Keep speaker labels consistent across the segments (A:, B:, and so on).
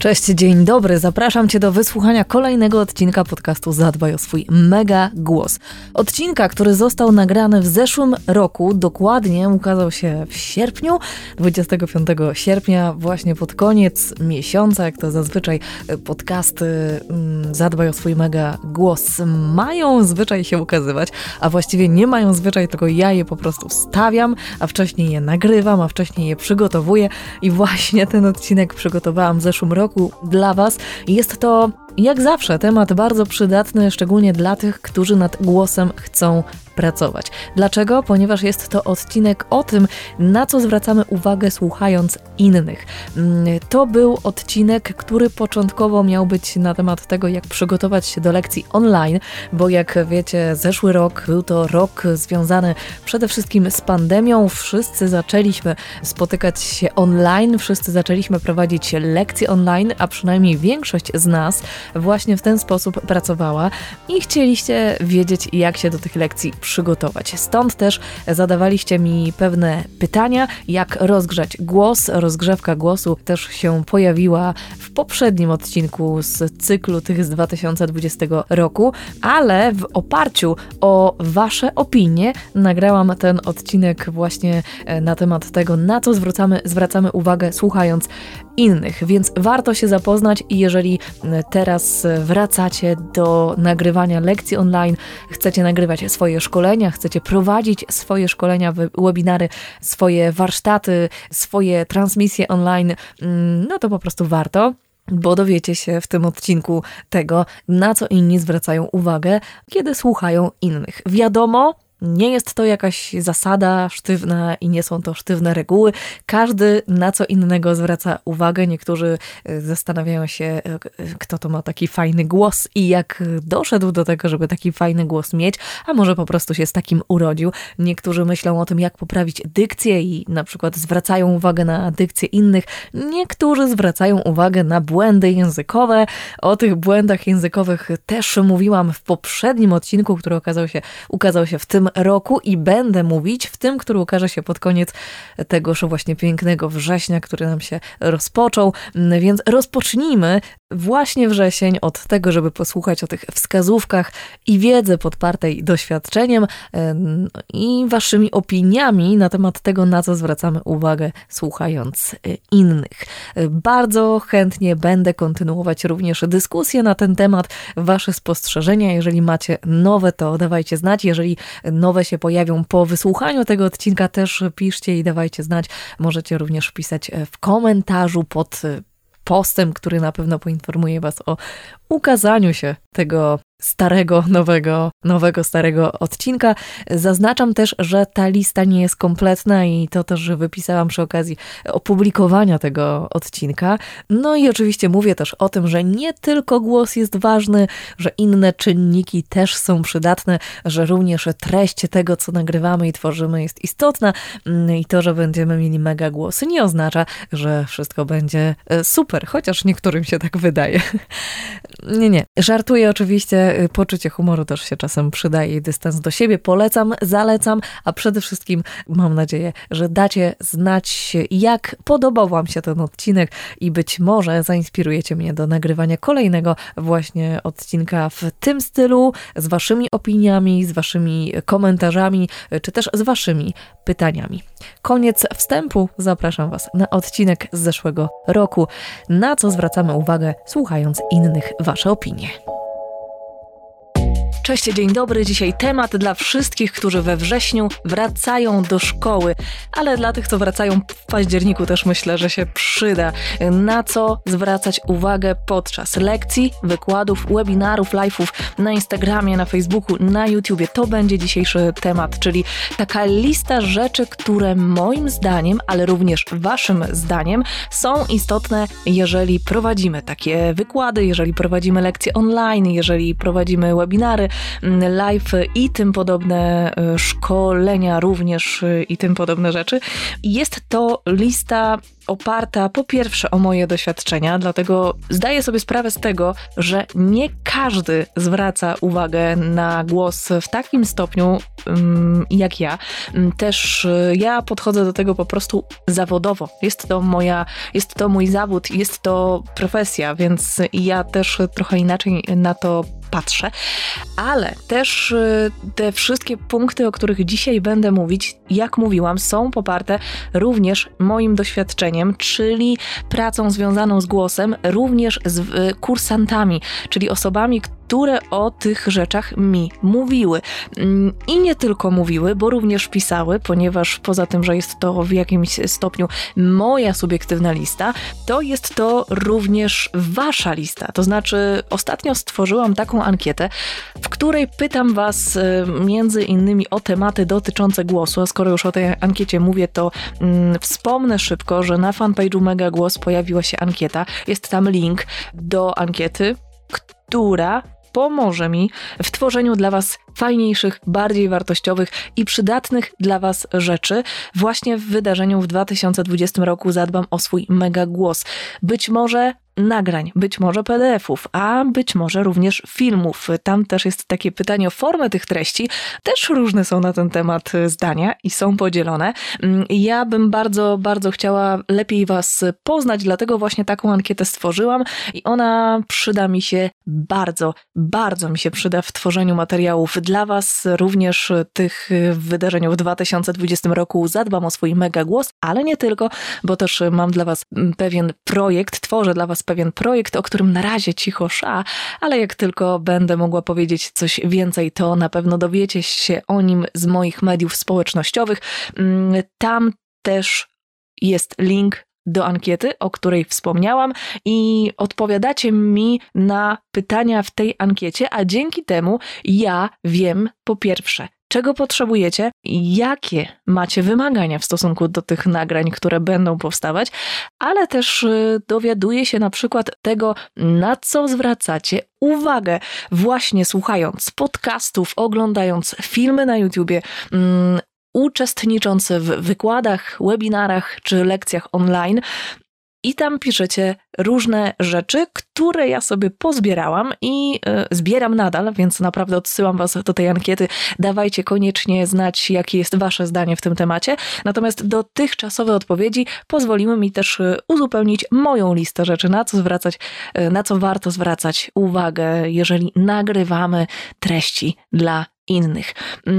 A: Cześć, dzień dobry. Zapraszam Cię do wysłuchania kolejnego odcinka podcastu Zadbaj o swój mega głos. Odcinka, który został nagrany w zeszłym roku, dokładnie ukazał się w sierpniu, 25 sierpnia, właśnie pod koniec miesiąca, jak to zazwyczaj podcasty Zadbaj o swój mega głos mają zwyczaj się ukazywać, a właściwie nie mają zwyczaj, tylko ja je po prostu stawiam, a wcześniej je nagrywam, a wcześniej je przygotowuję i właśnie ten odcinek przygotowałam w zeszłym roku dla Was. Jest to, jak zawsze, temat bardzo przydatny, szczególnie dla tych, którzy nad głosem chcą pracować. Dlaczego? Ponieważ jest to odcinek o tym, na co zwracamy uwagę słuchając innych. To był odcinek, który początkowo miał być na temat tego, jak przygotować się do lekcji online, bo jak wiecie, zeszły rok był to rok związany przede wszystkim z pandemią. Wszyscy zaczęliśmy spotykać się online, wszyscy zaczęliśmy prowadzić lekcje online, a przynajmniej większość z nas właśnie w ten sposób pracowała i chcieliście wiedzieć, jak się do tych lekcji przygotować. Stąd też zadawaliście mi pewne pytania, jak rozgrzać głos. Rozgrzewka głosu też się pojawiła w poprzednim odcinku z cyklu tych z 2020 roku, ale w oparciu o Wasze opinie nagrałam ten odcinek właśnie na temat tego, na co zwracamy uwagę słuchając innych, więc warto się zapoznać i jeżeli teraz wracacie do nagrywania lekcji online, chcecie nagrywać swoje szkolenia, chcecie prowadzić swoje szkolenia, webinary, swoje warsztaty, swoje transmisje online, no to po prostu warto, bo dowiecie się w tym odcinku tego, na co inni zwracają uwagę, kiedy słuchają innych. Wiadomo, nie jest to jakaś zasada sztywna i nie są to sztywne reguły. Każdy na co innego zwraca uwagę. Niektórzy zastanawiają się, kto to ma taki fajny głos i jak doszedł do tego, żeby taki fajny głos mieć, a może po prostu się z takim urodził. Niektórzy myślą o tym, jak poprawić dykcję i na przykład zwracają uwagę na dykcję innych. Niektórzy zwracają uwagę na błędy językowe. O tych błędach językowych też mówiłam w poprzednim odcinku, który ukazał się w tym roku i będę mówić w tym, który ukaże się pod koniec tegoż właśnie pięknego września, który nam się rozpoczął. Więc rozpocznijmy właśnie wrzesień od tego, żeby posłuchać o tych wskazówkach i wiedzy podpartej doświadczeniem i Waszymi opiniami na temat tego, na co zwracamy uwagę słuchając innych. Bardzo chętnie będę kontynuować również dyskusję na ten temat, Wasze spostrzeżenia. Jeżeli macie nowe, to dawajcie znać. Jeżeli nowe się pojawią po wysłuchaniu tego odcinka, też piszcie i dawajcie znać. Możecie również pisać w komentarzu pod postem, który na pewno poinformuje Was o ukazaniu się tego starego odcinka. Zaznaczam też, że ta lista nie jest kompletna i to też wypisałam przy okazji opublikowania tego odcinka. No i oczywiście mówię też o tym, że nie tylko głos jest ważny, że inne czynniki też są przydatne, że również treść tego, co nagrywamy i tworzymy, jest istotna i to, że będziemy mieli mega głosy, nie oznacza, że wszystko będzie super, chociaż niektórym się tak wydaje. Nie. Żartuję oczywiście, poczucie humoru też się czasem przydaje i dystans do siebie. Polecam, zalecam, a przede wszystkim mam nadzieję, że dacie znać, jak podobał Wam się ten odcinek i być może zainspirujecie mnie do nagrywania kolejnego właśnie odcinka w tym stylu, z Waszymi opiniami, z Waszymi komentarzami, czy też z Waszymi pytaniami. Koniec wstępu, zapraszam Was na odcinek z zeszłego roku, na co zwracamy uwagę słuchając innych, Wasze opinie. Cześć, dzień dobry. Dzisiaj temat dla wszystkich, którzy we wrześniu wracają do szkoły, ale dla tych, co wracają w październiku też myślę, że się przyda. Na co zwracać uwagę podczas lekcji, wykładów, webinarów, live'ów na Instagramie, na Facebooku, na YouTubie. To będzie dzisiejszy temat, czyli taka lista rzeczy, które moim zdaniem, ale również Waszym zdaniem są istotne, jeżeli prowadzimy takie wykłady, jeżeli prowadzimy lekcje online, jeżeli prowadzimy webinary, live i tym podobne szkolenia również i tym podobne rzeczy. Jest to lista oparta po pierwsze o moje doświadczenia, dlatego zdaję sobie sprawę z tego, że nie każdy zwraca uwagę na głos w takim stopniu jak ja. Też ja podchodzę do tego po prostu zawodowo. Jest to mój zawód, jest to profesja, więc ja też trochę inaczej na to patrzę, ale też te wszystkie punkty, o których dzisiaj będę mówić, jak mówiłam, są poparte również moim doświadczeniem, czyli pracą związaną z głosem, również z kursantami, czyli osobami, które o tych rzeczach mi mówiły. I nie tylko mówiły, bo również pisały, ponieważ poza tym, że jest to w jakimś stopniu moja subiektywna lista, to jest to również wasza lista. To znaczy ostatnio stworzyłam taką ankietę, w której pytam was między innymi o tematy dotyczące głosu, a skoro już o tej ankiecie mówię, to wspomnę szybko, że na fanpage'u Mega Głos pojawiła się ankieta. Jest tam link do ankiety, która pomoże mi w tworzeniu dla was fajniejszych, bardziej wartościowych i przydatnych dla was rzeczy. Właśnie w wydarzeniu w 2020 roku zadbam o swój mega głos. Być może nagrań, być może PDF-ów, a być może również filmów. Tam też jest takie pytanie o formę tych treści. Też różne są na ten temat zdania i są podzielone. Ja bym bardzo, bardzo chciała lepiej was poznać, dlatego właśnie taką ankietę stworzyłam i ona przyda mi się bardzo, bardzo mi się przyda w tworzeniu materiałów dla was, również tych w wydarzeniu w 2020 roku zadbam o swój mega głos, ale nie tylko, bo też mam dla was pewien projekt, tworzę dla was pewien projekt, o którym na razie cicho sza, ale jak tylko będę mogła powiedzieć coś więcej, to na pewno dowiecie się o nim z moich mediów społecznościowych. Tam też jest link do ankiety, o której wspomniałam i odpowiadacie mi na pytania w tej ankiecie, a dzięki temu ja wiem po pierwsze, czego potrzebujecie, jakie macie wymagania w stosunku do tych nagrań, które będą powstawać, ale też dowiaduję się na przykład tego, na co zwracacie uwagę właśnie słuchając podcastów, oglądając filmy na YouTubie, uczestnicząc w wykładach, webinarach czy lekcjach online. I tam piszecie różne rzeczy, które ja sobie pozbierałam i zbieram nadal, więc naprawdę odsyłam was do tej ankiety. Dawajcie koniecznie znać, jakie jest wasze zdanie w tym temacie. Natomiast dotychczasowe odpowiedzi pozwoliły mi też uzupełnić moją listę rzeczy, na co warto zwracać uwagę, jeżeli nagrywamy treści dla innych.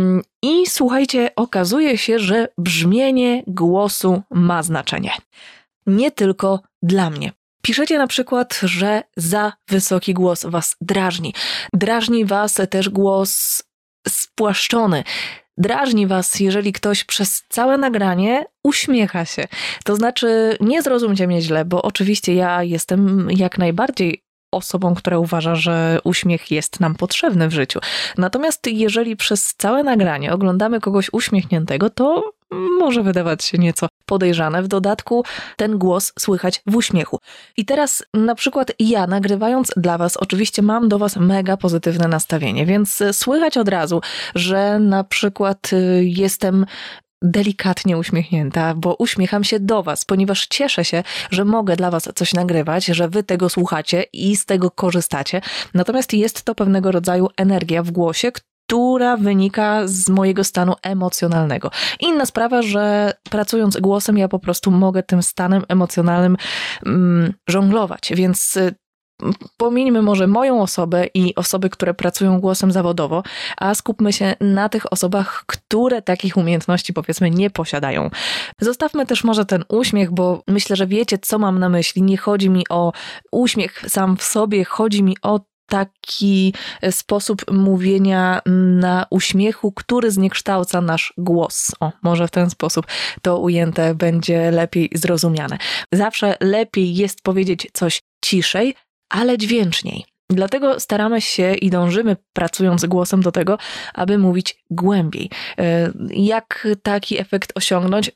A: I słuchajcie, okazuje się, że brzmienie głosu ma znaczenie. Nie tylko dla mnie. Piszecie na przykład, że za wysoki głos was drażni. Drażni was też głos spłaszczony. Drażni was, jeżeli ktoś przez całe nagranie uśmiecha się. To znaczy, nie zrozumcie mnie źle, bo oczywiście ja jestem jak najbardziej osobą, która uważa, że uśmiech jest nam potrzebny w życiu. Natomiast jeżeli przez całe nagranie oglądamy kogoś uśmiechniętego, to może wydawać się nieco podejrzane. W dodatku ten głos słychać w uśmiechu. I teraz na przykład ja nagrywając dla was, oczywiście mam do was mega pozytywne nastawienie, więc słychać od razu, że na przykład jestem delikatnie uśmiechnięta, bo uśmiecham się do was, ponieważ cieszę się, że mogę dla was coś nagrywać, że wy tego słuchacie i z tego korzystacie. Natomiast jest to pewnego rodzaju energia w głosie, która wynika z mojego stanu emocjonalnego. Inna sprawa, że pracując głosem ja po prostu mogę tym stanem emocjonalnym żonglować, więc pomińmy może moją osobę i osoby, które pracują głosem zawodowo, a skupmy się na tych osobach, które takich umiejętności powiedzmy nie posiadają. Zostawmy też może ten uśmiech, bo myślę, że wiecie, co mam na myśli. Nie chodzi mi o uśmiech sam w sobie, chodzi mi o taki sposób mówienia na uśmiechu, który zniekształca nasz głos. O, może w ten sposób to ujęte będzie lepiej zrozumiane. Zawsze lepiej jest powiedzieć coś ciszej, ale dźwięczniej. Dlatego staramy się i dążymy, pracując głosem do tego, aby mówić głębiej. Jak taki efekt osiągnąć? No,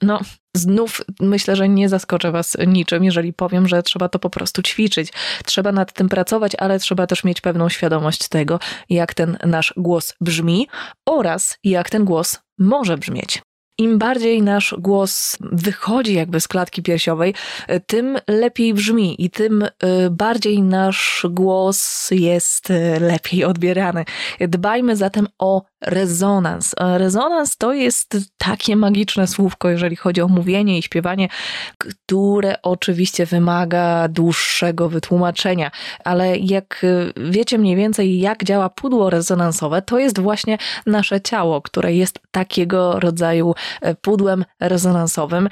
A: Znów myślę, że nie zaskoczę Was niczym, jeżeli powiem, że trzeba to po prostu ćwiczyć. Trzeba nad tym pracować, ale trzeba też mieć pewną świadomość tego, jak ten nasz głos brzmi oraz jak ten głos może brzmieć. Im bardziej nasz głos wychodzi jakby z klatki piersiowej, tym lepiej brzmi i tym bardziej nasz głos jest lepiej odbierany. Dbajmy zatem o rezonans. Rezonans to jest takie magiczne słówko, jeżeli chodzi o mówienie i śpiewanie, które oczywiście wymaga dłuższego wytłumaczenia, ale jak wiecie mniej więcej, jak działa pudło rezonansowe, to jest właśnie nasze ciało, które jest takiego rodzaju pudłem rezonansowym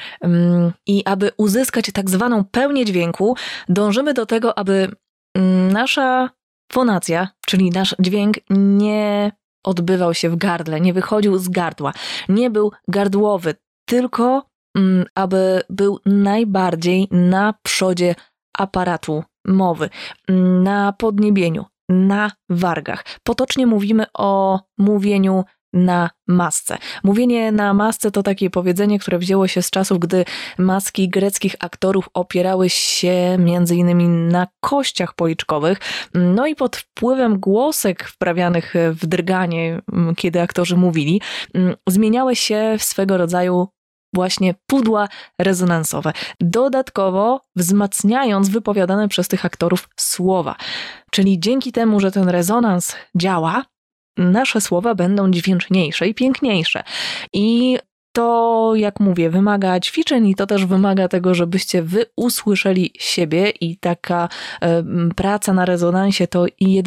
A: i aby uzyskać tak zwaną pełnię dźwięku, dążymy do tego, aby nasza fonacja, czyli nasz dźwięk nie odbywał się w gardle, nie wychodził z gardła, nie był gardłowy, tylko aby był najbardziej na przodzie aparatu mowy, na podniebieniu, na wargach. Potocznie mówimy o mówieniu na masce. Mówienie na masce to takie powiedzenie, które wzięło się z czasów, gdy maski greckich aktorów opierały się między innymi na kościach policzkowych, no i pod wpływem głosek wprawianych w drganie, kiedy aktorzy mówili, zmieniały się w swego rodzaju właśnie pudła rezonansowe, dodatkowo wzmacniając wypowiadane przez tych aktorów słowa. Czyli dzięki temu, że ten rezonans działa, nasze słowa będą dźwięczniejsze i piękniejsze. I to, jak mówię, wymaga ćwiczeń i to też wymaga tego, żebyście wy usłyszeli siebie i taka praca na rezonansie to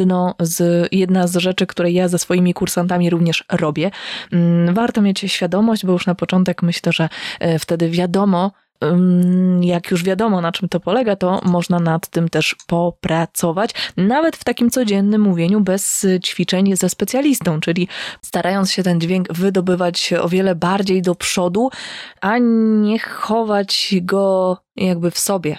A: jedna z rzeczy, które ja ze swoimi kursantami również robię. Warto mieć świadomość, bo już na początek myślę, że wtedy wiadomo, jak już wiadomo, na czym to polega, to można nad tym też popracować, nawet w takim codziennym mówieniu bez ćwiczeń ze specjalistą, czyli starając się ten dźwięk wydobywać o wiele bardziej do przodu, a nie chować go jakby w sobie.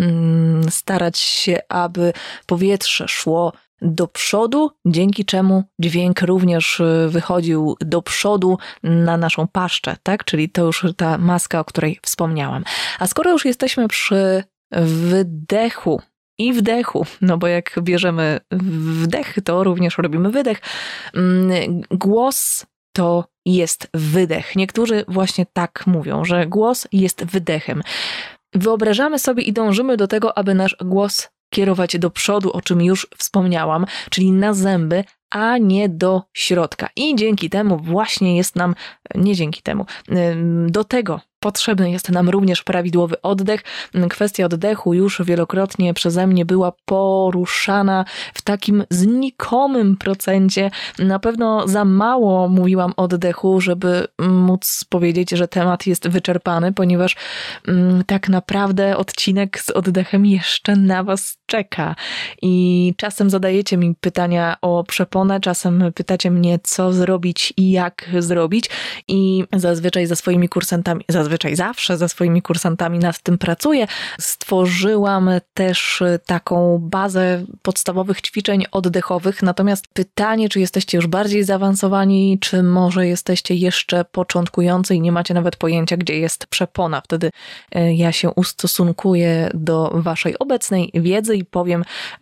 A: Starać się, aby powietrze szło do przodu, dzięki czemu dźwięk również wychodził do przodu na naszą paszczę, tak? Czyli to już ta maska, o której wspomniałam. A skoro już jesteśmy przy wydechu i wdechu, no bo jak bierzemy wdech, to również robimy wydech. Głos to jest wydech. Niektórzy właśnie tak mówią, że głos jest wydechem. Wyobrażamy sobie i dążymy do tego, aby nasz głos kierować do przodu, o czym już wspomniałam, czyli na zęby, a nie do środka. I dzięki temu właśnie jest nam, nie dzięki temu, do tego potrzebny jest nam również prawidłowy oddech. Kwestia oddechu już wielokrotnie przeze mnie była poruszana w takim znikomym procencie. Na pewno za mało mówiłam o oddechu, żeby móc powiedzieć, że temat jest wyczerpany, ponieważ tak naprawdę odcinek z oddechem jeszcze na Was czeka. I czasem zadajecie mi pytania o przeponę, czasem pytacie mnie, co zrobić i jak zrobić. I zawsze ze swoimi kursantami nad tym pracuję. Stworzyłam też taką bazę podstawowych ćwiczeń oddechowych, natomiast pytanie, czy jesteście już bardziej zaawansowani, czy może jesteście jeszcze początkujący i nie macie nawet pojęcia, gdzie jest przepona. Wtedy ja się ustosunkuję do waszej obecnej wiedzy i powiem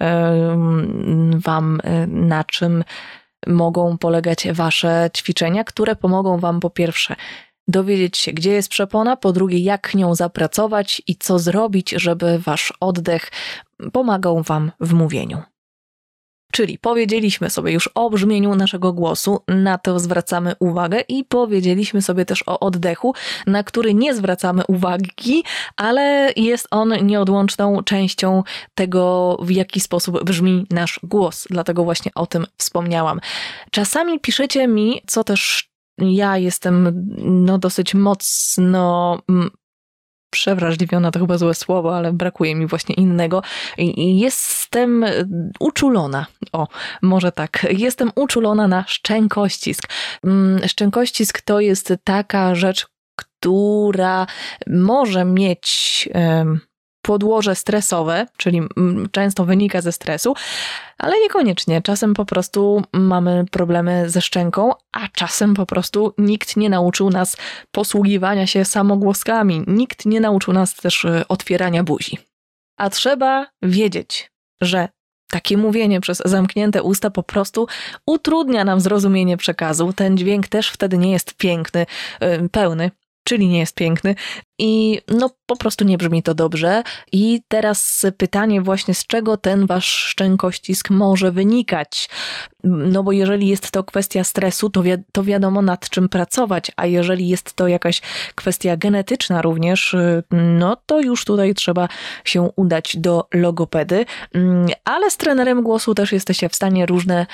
A: wam, na czym mogą polegać wasze ćwiczenia, które pomogą wam po pierwsze dowiedzieć się, gdzie jest przepona, po drugie, jak nią zapracować i co zrobić, żeby wasz oddech pomagał wam w mówieniu. Czyli powiedzieliśmy sobie już o brzmieniu naszego głosu, na to zwracamy uwagę i powiedzieliśmy sobie też o oddechu, na który nie zwracamy uwagi, ale jest on nieodłączną częścią tego, w jaki sposób brzmi nasz głos. Dlatego właśnie o tym wspomniałam. Czasami piszecie mi, co też ja jestem dosyć mocno przewrażliwiona, to chyba złe słowo, ale brakuje mi właśnie innego. I jestem uczulona. O, może tak. Jestem uczulona na szczękościsk. Szczękościsk to jest taka rzecz, która może mieć podłoże stresowe, czyli często wynika ze stresu, ale niekoniecznie. Czasem po prostu mamy problemy ze szczęką, a czasem po prostu nikt nie nauczył nas posługiwania się samogłoskami. Nikt nie nauczył nas też otwierania buzi. A trzeba wiedzieć, że takie mówienie przez zamknięte usta po prostu utrudnia nam zrozumienie przekazu. Ten dźwięk też wtedy nie jest piękny, pełny, czyli nie jest piękny i po prostu nie brzmi to dobrze. I teraz pytanie właśnie, z czego ten wasz szczękościsk może wynikać? Bo jeżeli jest to kwestia stresu, to wiadomo nad czym pracować, a jeżeli jest to jakaś kwestia genetyczna również, to już tutaj trzeba się udać do logopedy. Ale z trenerem głosu też jesteście w stanie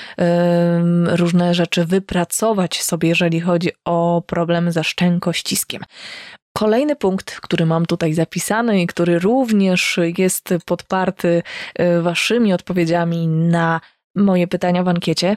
A: różne rzeczy wypracować sobie, jeżeli chodzi o problemy ze szczękościskiem. Kolejny punkt, który mam tutaj zapisany i który również jest podparty waszymi odpowiedziami na moje pytania w ankiecie,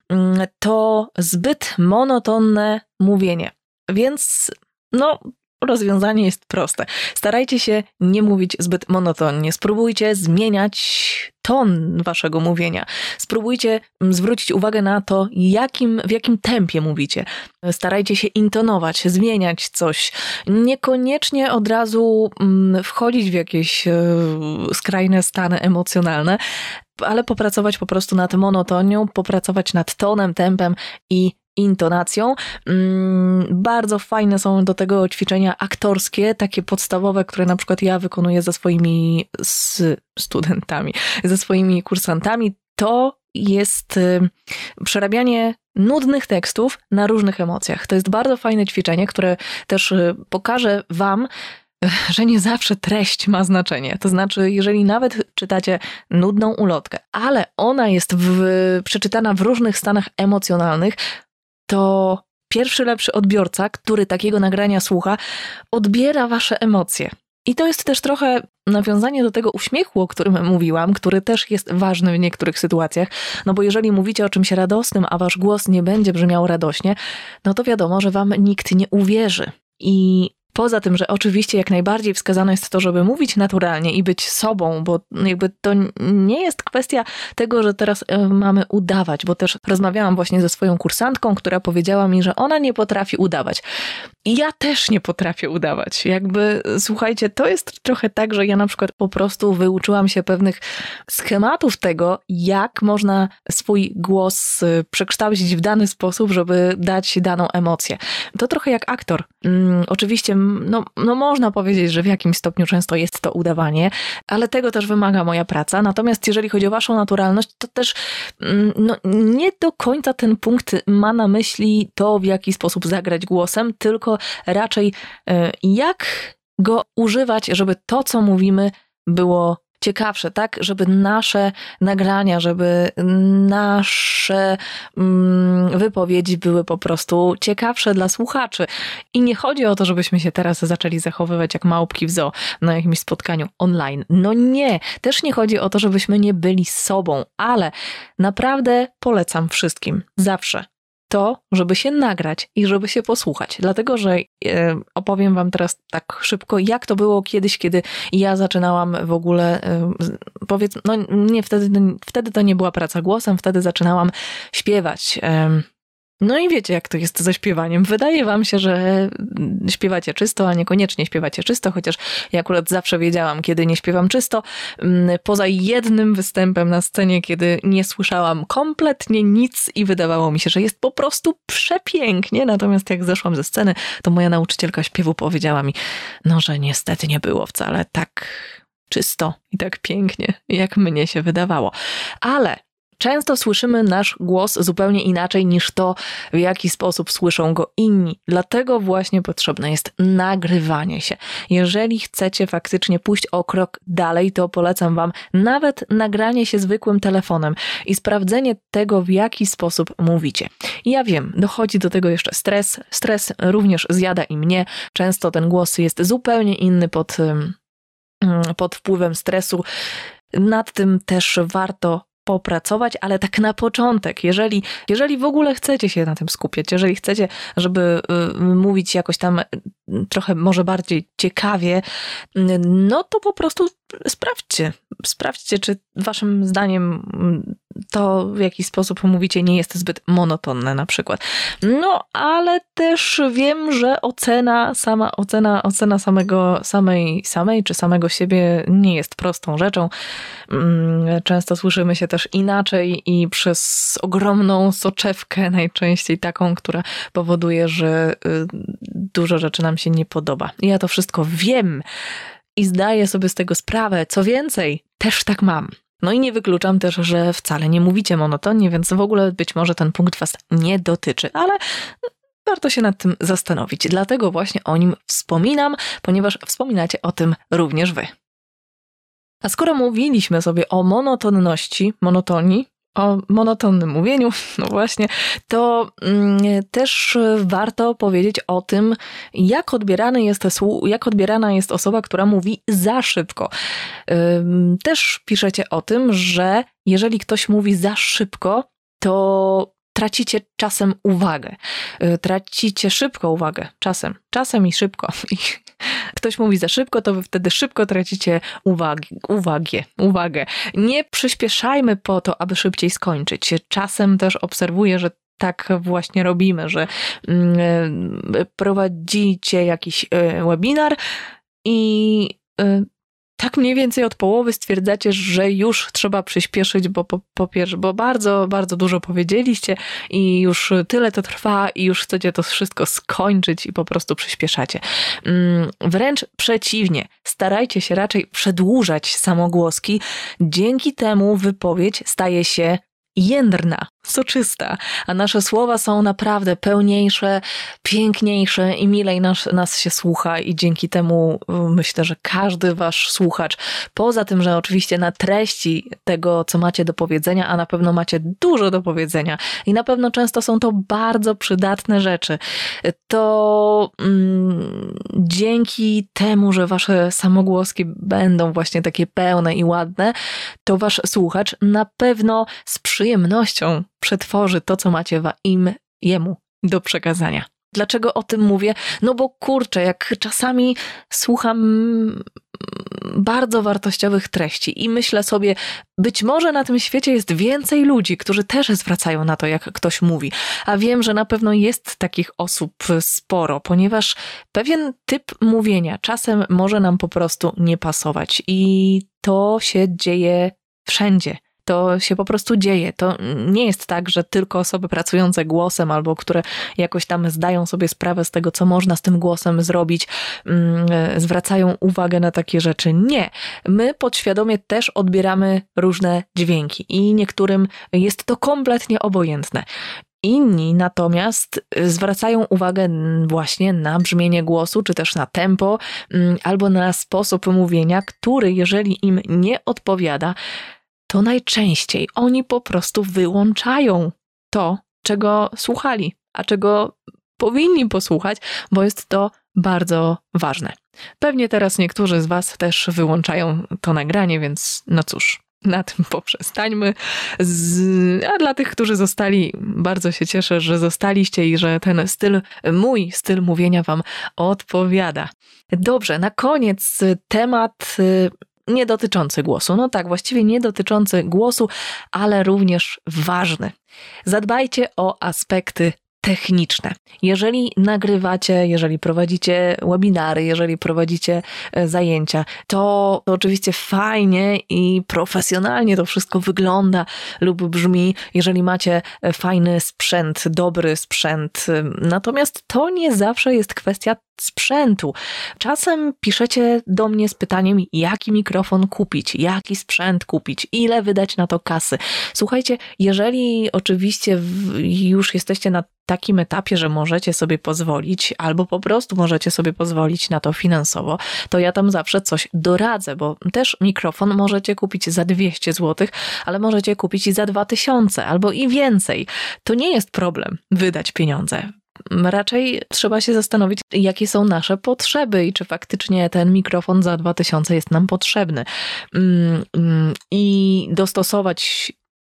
A: to zbyt monotonne mówienie. Więc rozwiązanie jest proste. Starajcie się nie mówić zbyt monotonnie. Spróbujcie zmieniać ton waszego mówienia. Spróbujcie zwrócić uwagę na to, w jakim tempie mówicie. Starajcie się intonować, zmieniać coś. Niekoniecznie od razu wchodzić w jakieś skrajne stany emocjonalne, ale popracować po prostu nad monotonią, popracować nad tonem, tempem i intonacją. Bardzo fajne są do tego ćwiczenia aktorskie, takie podstawowe, które na przykład ja wykonuję ze swoimi studentami, ze swoimi kursantami. To jest przerabianie nudnych tekstów na różnych emocjach. To jest bardzo fajne ćwiczenie, które też pokaże wam, że nie zawsze treść ma znaczenie. To znaczy, jeżeli nawet czytacie nudną ulotkę, ale ona jest przeczytana w różnych stanach emocjonalnych, to pierwszy lepszy odbiorca, który takiego nagrania słucha, odbiera wasze emocje. I to jest też trochę nawiązanie do tego uśmiechu, o którym mówiłam, który też jest ważny w niektórych sytuacjach, bo jeżeli mówicie o czymś radosnym, a wasz głos nie będzie brzmiał radośnie, to wiadomo, że wam nikt nie uwierzy. I poza tym, że oczywiście jak najbardziej wskazane jest to, żeby mówić naturalnie i być sobą, bo jakby to nie jest kwestia tego, że teraz mamy udawać, bo też rozmawiałam właśnie ze swoją kursantką, która powiedziała mi, że ona nie potrafi udawać. I ja też nie potrafię udawać. Słuchajcie, to jest trochę tak, że ja na przykład po prostu wyuczyłam się pewnych schematów tego, jak można swój głos przekształcić w dany sposób, żeby dać daną emocję. To trochę jak aktor. Oczywiście można powiedzieć, że w jakimś stopniu często jest to udawanie, ale tego też wymaga moja praca. Natomiast jeżeli chodzi o waszą naturalność, to też nie do końca ten punkt ma na myśli to, w jaki sposób zagrać głosem, tylko raczej jak go używać, żeby to, co mówimy, było ciekawsze, tak? Żeby nasze nagrania, żeby nasze wypowiedzi były po prostu ciekawsze dla słuchaczy. I nie chodzi o to, żebyśmy się teraz zaczęli zachowywać jak małpki w zoo na jakimś spotkaniu online. Nie. Też nie chodzi o to, żebyśmy nie byli sobą, ale naprawdę polecam wszystkim zawsze to, żeby się nagrać i żeby się posłuchać. Dlatego, że opowiem wam teraz tak szybko, jak to było kiedyś, kiedy ja zaczynałam w ogóle, nie wtedy to nie była praca głosem, wtedy zaczynałam śpiewać. I wiecie, jak to jest ze śpiewaniem. Wydaje wam się, że śpiewacie czysto, a niekoniecznie śpiewacie czysto, chociaż ja akurat zawsze wiedziałam, kiedy nie śpiewam czysto. Poza jednym występem na scenie, kiedy nie słyszałam kompletnie nic i wydawało mi się, że jest po prostu przepięknie. Natomiast jak zeszłam ze sceny, to moja nauczycielka śpiewu powiedziała mi, że niestety nie było wcale tak czysto i tak pięknie, jak mnie się wydawało. Ale często słyszymy nasz głos zupełnie inaczej niż to, w jaki sposób słyszą go inni. Dlatego właśnie potrzebne jest nagrywanie się. Jeżeli chcecie faktycznie pójść o krok dalej, to polecam wam nawet nagranie się zwykłym telefonem i sprawdzenie tego, w jaki sposób mówicie. Ja wiem, dochodzi do tego jeszcze stres. Stres również zjada i mnie. Często ten głos jest zupełnie inny pod wpływem stresu. Nad tym też warto popracować, ale tak na początek, jeżeli w ogóle chcecie się na tym skupiać, jeżeli chcecie, żeby mówić jakoś tam trochę może bardziej ciekawie, no to po prostu sprawdźcie, czy waszym zdaniem to, w jaki sposób mówicie, nie jest zbyt monotonne na przykład. No, ale też wiem, że ocena samej czy samego siebie nie jest prostą rzeczą. Często słyszymy się też inaczej i przez ogromną soczewkę, najczęściej taką, która powoduje, że dużo rzeczy nam się nie podoba. Ja to wszystko wiem i zdaję sobie z tego sprawę. Co więcej, też tak mam. No i nie wykluczam też, że wcale nie mówicie monotonnie, więc w ogóle być może ten punkt was nie dotyczy, ale warto się nad tym zastanowić. Dlatego właśnie o nim wspominam, ponieważ wspominacie o tym również wy. A skoro mówiliśmy sobie o monotonii, o monotonnym mówieniu, no właśnie, to też warto powiedzieć o tym, jak odbierana jest osoba, która mówi za szybko. Też piszecie o tym, że jeżeli ktoś mówi za szybko, to tracicie czasem uwagę. Tracicie szybko uwagę. Czasem i szybko. I ktoś mówi za szybko, to wy wtedy szybko tracicie uwagę. Nie przyspieszajmy po to, aby szybciej skończyć. Czasem też obserwuję, że tak właśnie robimy, że prowadzicie jakiś webinar i tak mniej więcej od połowy stwierdzacie, że już trzeba przyspieszyć, bo po pierwsze, bo bardzo, bardzo dużo powiedzieliście i już tyle to trwa i już chcecie to wszystko skończyć i po prostu przyspieszacie. Wręcz przeciwnie, starajcie się raczej przedłużać samogłoski. Dzięki temu wypowiedź staje się jędrna, soczysta, a nasze słowa są naprawdę pełniejsze, piękniejsze i milej nas się słucha i dzięki temu myślę, że każdy wasz słuchacz, poza tym, że oczywiście na treści tego, co macie do powiedzenia, a na pewno macie dużo do powiedzenia i na pewno często są to bardzo przydatne rzeczy, to dzięki temu, że wasze samogłoski będą właśnie takie pełne i ładne, to wasz słuchacz na pewno z przyjemnością przetworzy to, co macie jemu do przekazania. Dlaczego o tym mówię? No bo kurczę, jak czasami słucham bardzo wartościowych treści i myślę sobie, być może na tym świecie jest więcej ludzi, którzy też zwracają na to, jak ktoś mówi. A wiem, że na pewno jest takich osób sporo, ponieważ pewien typ mówienia czasem może nam po prostu nie pasować i to się dzieje wszędzie. To się po prostu dzieje. To nie jest tak, że tylko osoby pracujące głosem albo które jakoś tam zdają sobie sprawę z tego, co można z tym głosem zrobić, zwracają uwagę na takie rzeczy. Nie. My podświadomie też odbieramy różne dźwięki i niektórym jest to kompletnie obojętne. Inni natomiast zwracają uwagę właśnie na brzmienie głosu, czy też na tempo, albo na sposób mówienia, który jeżeli im nie odpowiada, to najczęściej oni po prostu wyłączają to, czego słuchali, a czego powinni posłuchać, bo jest to bardzo ważne. Pewnie teraz niektórzy z was też wyłączają to nagranie, więc no cóż, na tym poprzestańmy. A dla tych, którzy zostali, bardzo się cieszę, że zostaliście i że ten mój styl mówienia wam odpowiada. Dobrze, na koniec temat nie dotyczący głosu. No tak, właściwie nie dotyczący głosu, ale również ważny. Zadbajcie o aspekty techniczne. Jeżeli nagrywacie, jeżeli prowadzicie webinary, jeżeli prowadzicie zajęcia, to oczywiście fajnie i profesjonalnie to wszystko wygląda lub brzmi, jeżeli macie fajny sprzęt, dobry sprzęt. Natomiast to nie zawsze jest kwestia sprzętu. Czasem piszecie do mnie z pytaniem, jaki mikrofon kupić, jaki sprzęt kupić, ile wydać na to kasy. Słuchajcie, jeżeli oczywiście już jesteście na takim etapie, że możecie sobie pozwolić, albo po prostu możecie sobie pozwolić na to finansowo, to ja tam zawsze coś doradzę, bo też mikrofon możecie kupić za 200 zł, ale możecie kupić i za 2000 albo i więcej. To nie jest problem wydać pieniądze. Raczej trzeba się zastanowić, jakie są nasze potrzeby i czy faktycznie ten mikrofon za 2000 jest nam potrzebny. I dostosować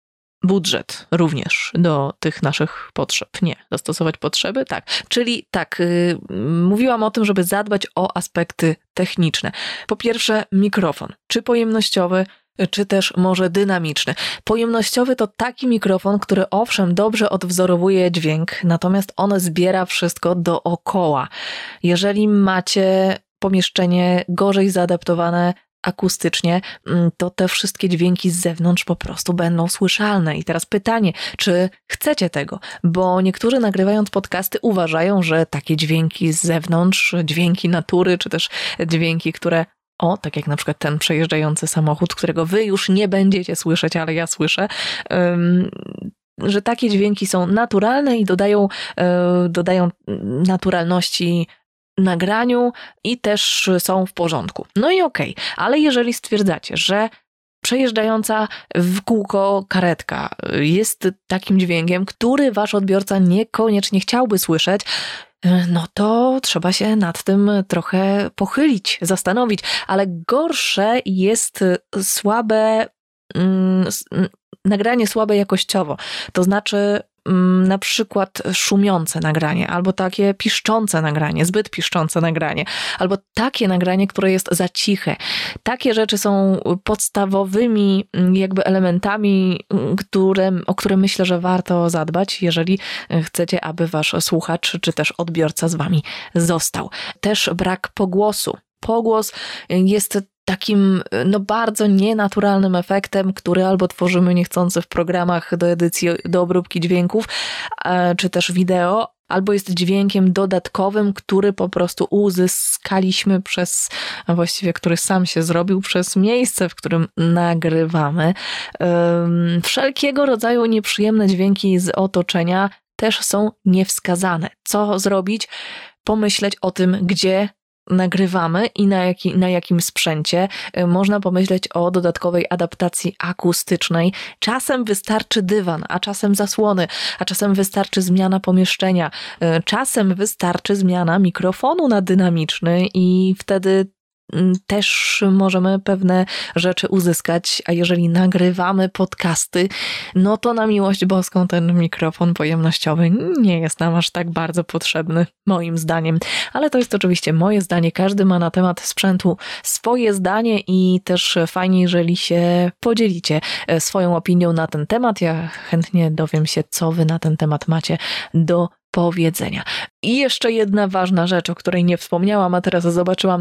A: budżet również do tych naszych potrzeb. Nie, dostosować potrzeby, tak. Czyli tak, mówiłam o tym, żeby zadbać o aspekty techniczne. Po pierwsze mikrofon, czy pojemnościowy, czy też może dynamiczny. Pojemnościowy to taki mikrofon, który owszem dobrze odwzorowuje dźwięk, natomiast on zbiera wszystko dookoła. Jeżeli macie pomieszczenie gorzej zaadaptowane akustycznie, to te wszystkie dźwięki z zewnątrz po prostu będą słyszalne. I teraz pytanie, czy chcecie tego? Bo niektórzy nagrywając podcasty uważają, że takie dźwięki z zewnątrz, dźwięki natury, czy też dźwięki, które tak jak na przykład ten przejeżdżający samochód, którego wy już nie będziecie słyszeć, ale ja słyszę, że takie dźwięki są naturalne i dodają naturalności nagraniu i też są w porządku. No i okej, ale jeżeli stwierdzacie, że przejeżdżająca w kółko karetka jest takim dźwiękiem, który wasz odbiorca niekoniecznie chciałby słyszeć, no to trzeba się nad tym trochę pochylić, zastanowić, ale gorsze jest nagranie słabe jakościowo, to znaczy na przykład szumiące nagranie, albo takie piszczące nagranie, zbyt piszczące nagranie, albo takie nagranie, które jest za ciche. Takie rzeczy są podstawowymi jakby elementami, o które myślę, że warto zadbać, jeżeli chcecie, aby wasz słuchacz czy też odbiorca z wami został. Też brak pogłosu. Pogłos jest takim bardzo nienaturalnym efektem, który albo tworzymy niechcący w programach do edycji, do obróbki dźwięków, czy też wideo, albo jest dźwiękiem dodatkowym, który po prostu uzyskaliśmy który sam się zrobił przez miejsce, w którym nagrywamy. Wszelkiego rodzaju nieprzyjemne dźwięki z otoczenia też są niewskazane. Co zrobić? Pomyśleć o tym, gdzie nagrywamy i na jakim sprzęcie. Można pomyśleć o dodatkowej adaptacji akustycznej. Czasem wystarczy dywan, a czasem zasłony, a czasem wystarczy zmiana pomieszczenia. Czasem wystarczy zmiana mikrofonu na dynamiczny i wtedy też możemy pewne rzeczy uzyskać, a jeżeli nagrywamy podcasty, no to na miłość boską ten mikrofon pojemnościowy nie jest nam aż tak bardzo potrzebny, moim zdaniem. Ale to jest oczywiście moje zdanie, każdy ma na temat sprzętu swoje zdanie i też fajnie, jeżeli się podzielicie swoją opinią na ten temat. Ja chętnie dowiem się, co wy na ten temat macie do powiedzenia. I jeszcze jedna ważna rzecz, o której nie wspomniałam, a teraz zobaczyłam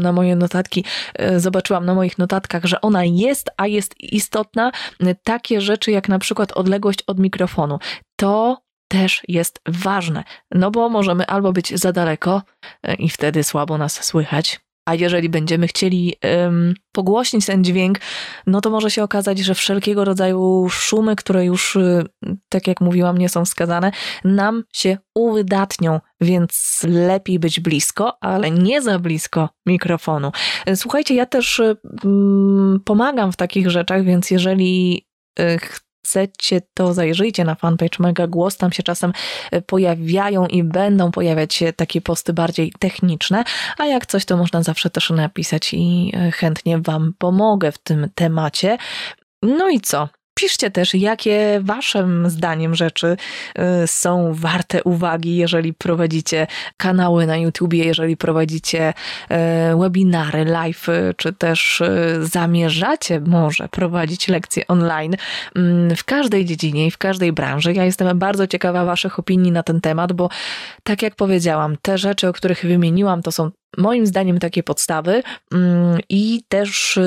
A: na moich notatkach, że ona jest, a jest istotna. Takie rzeczy jak na przykład odległość od mikrofonu. To też jest ważne, no bo możemy albo być za daleko i wtedy słabo nas słychać, a jeżeli będziemy chcieli pogłośnić ten dźwięk, no to może się okazać, że wszelkiego rodzaju szumy, które już, tak jak mówiłam, nie są wskazane, nam się uwydatnią, więc lepiej być blisko, ale nie za blisko mikrofonu. Słuchajcie, ja też pomagam w takich rzeczach, więc jeżeli chcecie, to zajrzyjcie na fanpage Mega Głos, tam się czasem pojawiają i będą pojawiać się takie posty bardziej techniczne, a jak coś, to można zawsze też napisać i chętnie wam pomogę w tym temacie. No i co? Piszcie też, jakie waszym zdaniem rzeczy są warte uwagi, jeżeli prowadzicie kanały na YouTubie, jeżeli prowadzicie webinary, live, czy też zamierzacie może prowadzić lekcje online w każdej dziedzinie i w każdej branży. Ja jestem bardzo ciekawa waszych opinii na ten temat, bo tak jak powiedziałam, te rzeczy, o których wymieniłam, to są moim zdaniem takie podstawy i też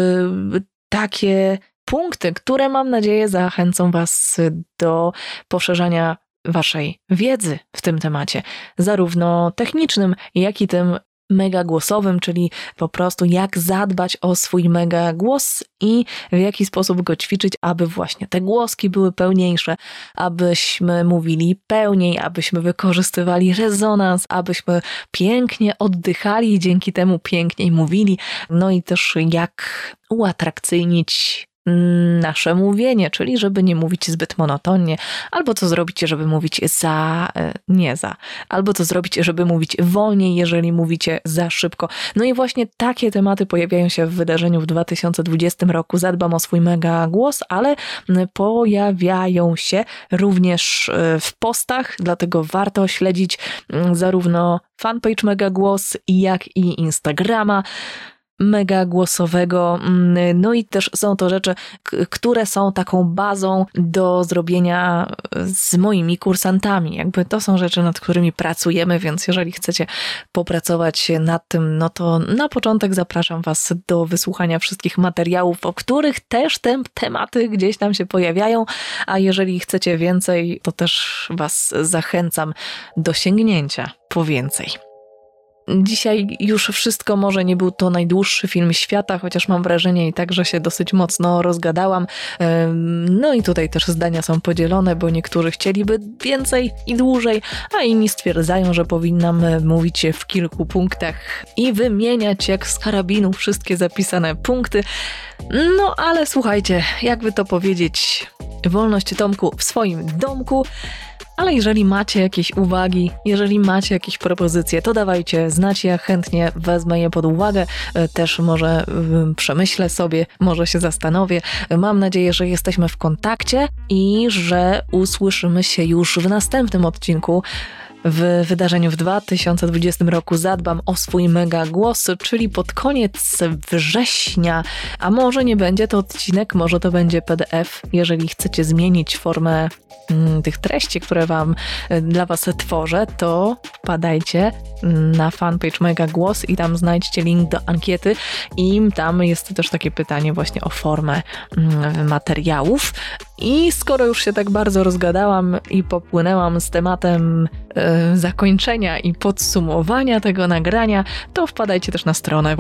A: takie punkty, które mam nadzieję zachęcą was do poszerzania waszej wiedzy w tym temacie, zarówno technicznym, jak i tym mega głosowym, czyli po prostu jak zadbać o swój mega głos i w jaki sposób go ćwiczyć, aby właśnie te głoski były pełniejsze, abyśmy mówili pełniej, abyśmy wykorzystywali rezonans, abyśmy pięknie oddychali i dzięki temu piękniej mówili. No i też jak uatrakcyjnić nasze mówienie, czyli żeby nie mówić zbyt monotonnie, albo co zrobić, żeby mówić albo co zrobić, żeby mówić wolniej, jeżeli mówicie za szybko. No i właśnie takie tematy pojawiają się w wydarzeniu w 2020 roku. Zadbam o swój mega głos, ale pojawiają się również w postach, dlatego warto śledzić zarówno fanpage Mega Głos, jak i Instagrama Mega Głosowego. No i też są to rzeczy, które są taką bazą do zrobienia z moimi kursantami. Jakby to są rzeczy, nad którymi pracujemy, więc jeżeli chcecie popracować nad tym, no to na początek zapraszam Was do wysłuchania wszystkich materiałów, o których też te tematy gdzieś tam się pojawiają, a jeżeli chcecie więcej, to też Was zachęcam do sięgnięcia po więcej. Dzisiaj już wszystko, może nie był to najdłuższy film świata, chociaż mam wrażenie i tak, że się dosyć mocno rozgadałam. No i tutaj też zdania są podzielone, bo niektórzy chcieliby więcej i dłużej, a inni stwierdzają, że powinnam mówić w kilku punktach i wymieniać jak z karabinu wszystkie zapisane punkty. No ale słuchajcie, jakby to powiedzieć, wolność Tomku w swoim domku. Ale jeżeli macie jakieś uwagi, jeżeli macie jakieś propozycje, to dawajcie znać, ja chętnie wezmę je pod uwagę, też może przemyślę sobie, może się zastanowię. Mam nadzieję, że jesteśmy w kontakcie i że usłyszymy się już w następnym odcinku. W wydarzeniu w 2020 roku Zadbam o swój mega głos, czyli pod koniec września, a może nie będzie to odcinek, może to będzie PDF. Jeżeli chcecie zmienić formę tych treści, które dla Was tworzę, to wpadajcie na fanpage Mega Głos i tam znajdźcie link do ankiety i tam jest też takie pytanie właśnie o formę materiałów. I skoro już się tak bardzo rozgadałam i popłynęłam z tematem zakończenia i podsumowania tego nagrania, to wpadajcie też na stronę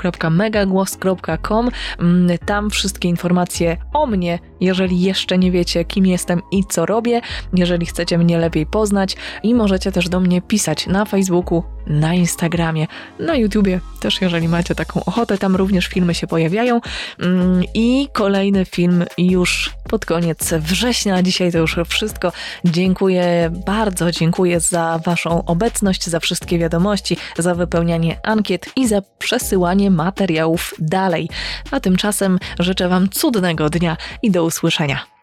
A: www.megagłos.com. Tam wszystkie informacje o mnie, jeżeli jeszcze nie wiecie, kim jestem i co robię, jeżeli chcecie mnie lepiej poznać, i możecie też do mnie pisać na Facebooku, na Instagramie, na YouTubie też, jeżeli macie taką ochotę, tam również filmy się pojawiają i kolejny film już pod koniec września. Dzisiaj to już wszystko. Bardzo dziękuję za Waszą obecność, za wszystkie wiadomości, za wypełnianie ankiet i za przesyłanie materiałów dalej. A tymczasem życzę Wam cudnego dnia i do usłyszenia.